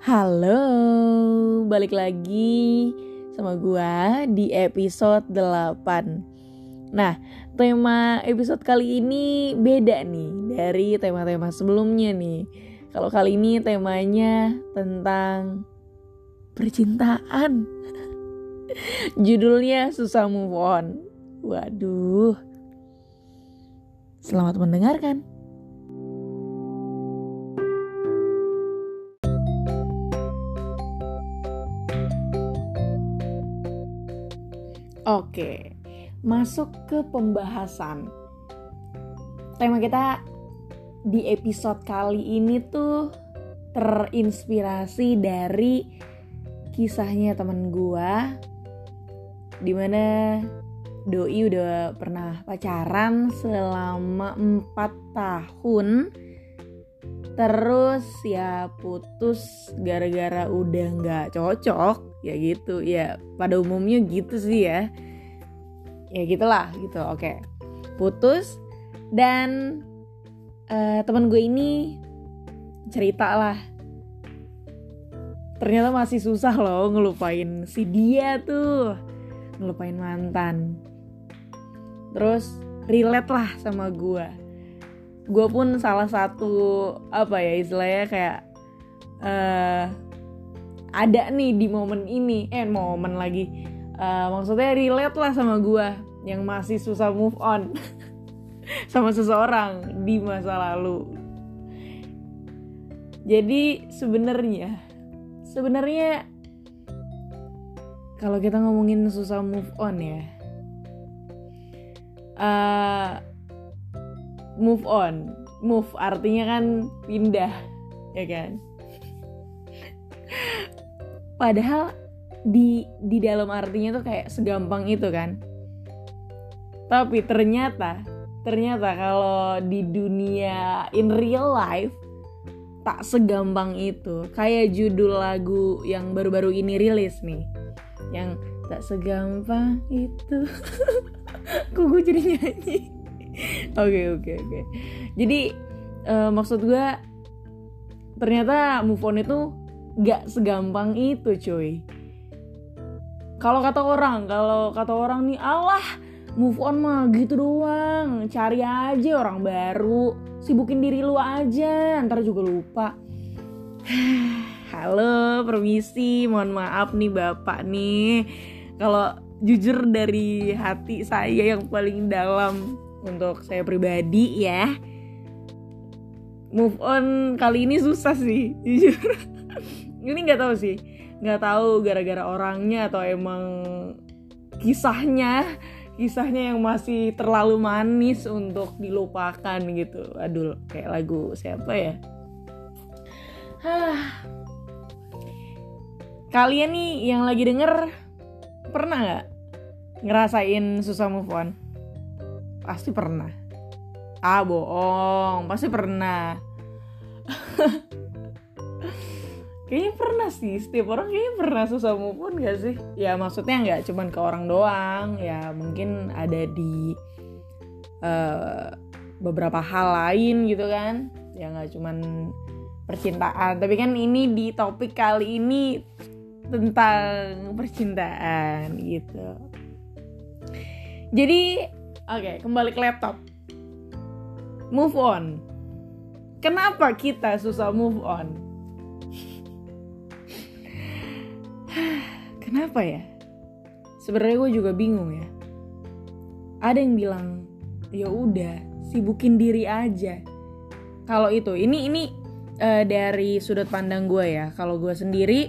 Halo, balik lagi sama gua di episode 8. Nah, tema episode kali ini beda nih dari tema-tema sebelumnya nih. Kalau kali ini temanya tentang percintaan. Judulnya Susah Move On. Waduh. Selamat mendengarkan. Oke, masuk ke pembahasan. Tema kita di episode kali ini tuh terinspirasi dari kisahnya temen gua, dimana doi udah pernah pacaran selama 4 tahun. Terus ya putus gara-gara udah gak cocok. Ya gitu, ya pada umumnya gitu sih ya. Ya gitulah gitu, oke. Putus dan teman gue ini cerita lah. Ternyata masih susah loh ngelupain si dia tuh. Ngelupain mantan. Terus relate lah sama gue. Gue pun salah satu istilahnya kayak ada nih di momen ini, momen lagi, maksudnya relate lah sama gue yang masih susah move on sama seseorang di masa lalu. Jadi sebenarnya kalau kita ngomongin susah move on ya, move artinya kan pindah, ya kan? Padahal di dalam artinya tuh kayak segampang itu kan. Tapi ternyata kalau di dunia in real life tak segampang itu. Kayak judul lagu yang baru-baru ini rilis nih, yang tak segampang itu. Kok gue jadi nyanyi? Oke. Jadi maksud gue ternyata move on itu gak segampang itu cuy. Kalau kata orang nih, alah move on mah gitu doang, cari aja orang baru, sibukin diri lu aja, ntar juga lupa. Halo, permisi, mohon maaf nih bapak nih, kalau jujur dari hati saya yang paling dalam untuk saya pribadi ya, move on kali ini susah sih jujur. Ini nggak tahu gara-gara orangnya atau emang kisahnya yang masih terlalu manis untuk dilupakan gitu. Aduh, kayak lagu siapa ya? Kalian nih yang lagi denger pernah nggak ngerasain susah move on? Pasti pernah. Bohong, pasti pernah. Kayaknya pernah sih, setiap orang kayaknya pernah susah move on gak sih? Ya maksudnya gak cuman ke orang doang, ya mungkin ada di beberapa hal lain gitu kan. Ya gak cuman percintaan, tapi kan ini di topik kali ini tentang percintaan gitu. Jadi oke, kembali ke laptop. Move on. Kenapa kita susah move on? Kenapa ya? Sebenarnya gue juga bingung ya. Ada yang bilang, ya udah, sibukin diri aja. Kalau itu, ini dari sudut pandang gue ya. Kalau gue sendiri,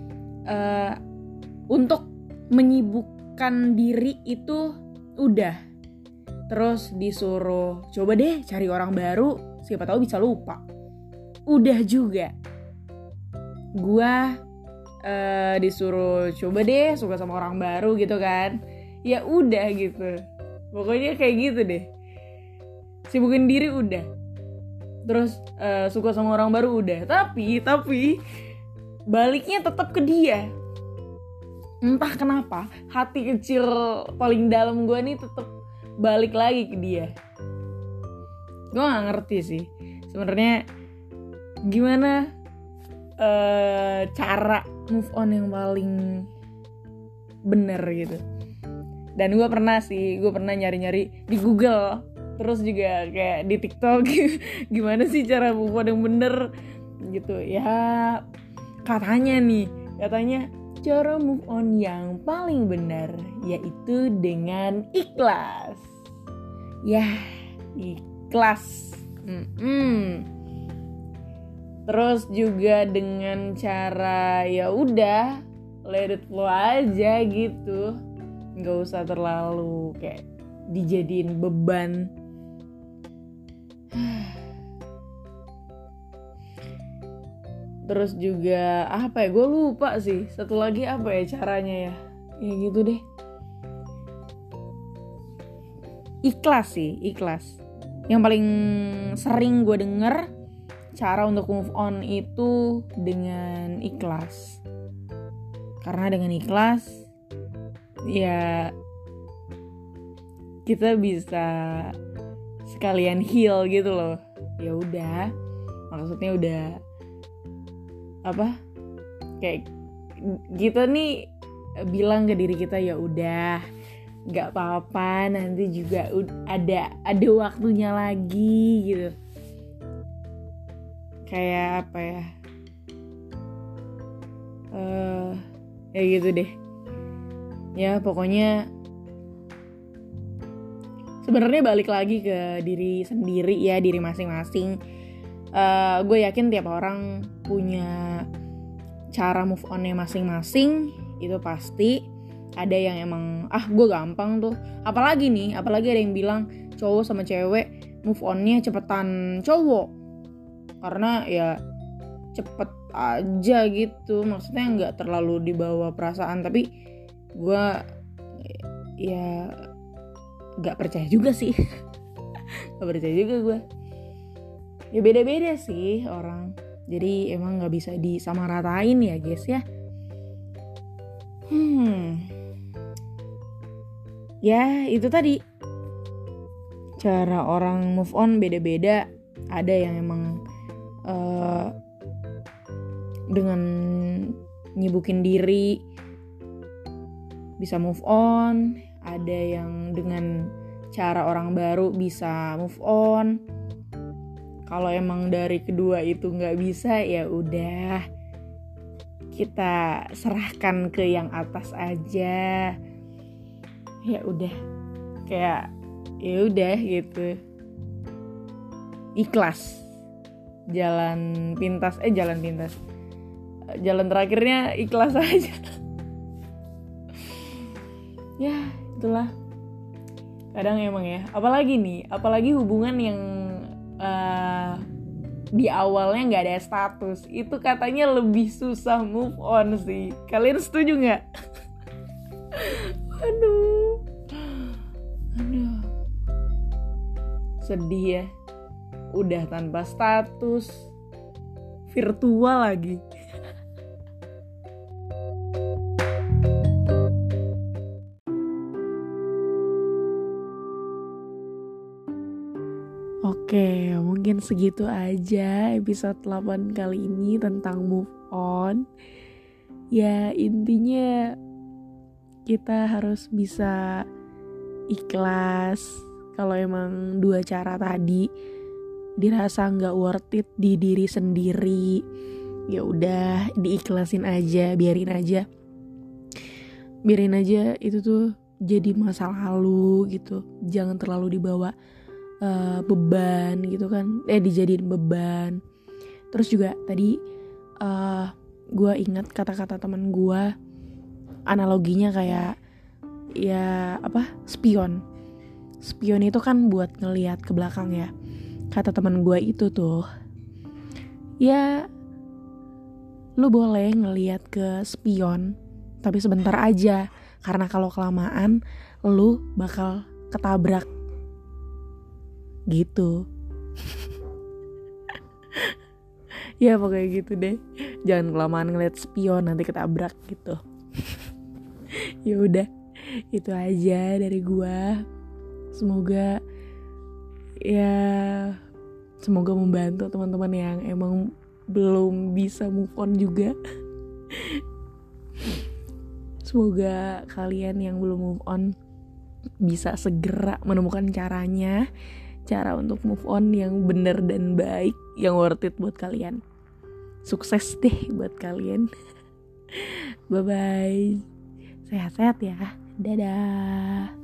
untuk menyibukkan diri itu udah. Terus disuruh, coba deh cari orang baru, siapa tahu bisa lupa. Udah juga. Gue disuruh coba deh suka sama orang baru gitu kan, ya udah gitu, pokoknya kayak gitu deh, sibukin diri udah, terus suka sama orang baru udah, tapi baliknya tetap ke dia. Entah kenapa hati kecil paling dalam gue nih tetap balik lagi ke dia. Gue nggak ngerti sih sebenarnya gimana cara move on yang paling bener gitu. Dan gue pernah nyari-nyari di Google, terus juga kayak di TikTok gimana sih cara move on yang bener gitu ya. Katanya cara move on yang paling benar yaitu dengan ikhlas. Ya, ikhlas. Terus juga dengan cara ya udah let it flow aja gitu, nggak usah terlalu kayak dijadiin beban. Terus juga apa ya, gue lupa sih satu lagi apa ya caranya ya gitu deh. Ikhlas yang paling sering gue denger. Cara untuk move on itu dengan ikhlas. Karena dengan ikhlas ya kita bisa sekalian heal gitu loh. Ya udah, maksudnya udah kayak gitu nih, bilang ke diri kita ya udah, nggak apa-apa, nanti juga ada waktunya lagi gitu. Kayak apa ya, ya gitu deh. Ya pokoknya sebenarnya balik lagi ke diri sendiri ya, diri masing-masing. Gue yakin tiap orang punya cara move on-nya masing-masing. Itu pasti ada yang emang gue gampang tuh. Apalagi ada yang bilang cowok sama cewek move on-nya cepetan cowok, karena ya cepet aja gitu, maksudnya nggak terlalu dibawa perasaan. Tapi gue ya nggak percaya juga sih. Nggak percaya juga gue. Ya beda-beda sih orang, jadi emang nggak bisa disamaratain ya guys ya. Ya itu tadi, cara orang move on beda-beda. Ada yang emang dengan nyibukin diri bisa move on. Ada yang dengan cara orang baru bisa move on. Kalau emang dari kedua itu nggak bisa, ya udah kita serahkan ke yang atas aja. Ya udah, kayak ya udah gitu. Ikhlas. Jalan terakhirnya ikhlas aja. Ya itulah, kadang emang ya, apalagi hubungan yang di awalnya nggak ada status, itu katanya lebih susah move on sih. Kalian setuju nggak? Aduh, sedih ya, udah tanpa status, virtual lagi. Oke, mungkin segitu aja episode 8 kali ini tentang move on. Ya intinya kita harus bisa ikhlas. Kalau emang dua cara tadi dirasa nggak worth it di diri sendiri, ya udah diikhlasin aja, biarin aja itu tuh jadi masa lalu gitu. Jangan terlalu dibawa beban gitu kan, dijadiin beban. Terus juga tadi gue ingat kata-kata teman gue, analoginya kayak ya spion itu kan buat ngelihat ke belakang ya. Kata teman gue itu tuh, ya lu boleh ngelihat ke spion tapi sebentar aja, karena kalau kelamaan lu bakal ketabrak gitu. Ya pokoknya gitu deh, jangan kelamaan ngeliat spion nanti ketabrak gitu. Ya udah, itu aja dari gua. Semoga membantu teman-teman yang emang belum bisa move on juga. Semoga kalian yang belum move on bisa segera menemukan caranya, cara untuk move on yang benar dan baik, yang worth it buat kalian. Sukses deh buat kalian. Bye-bye. Sehat-sehat ya. Dadah.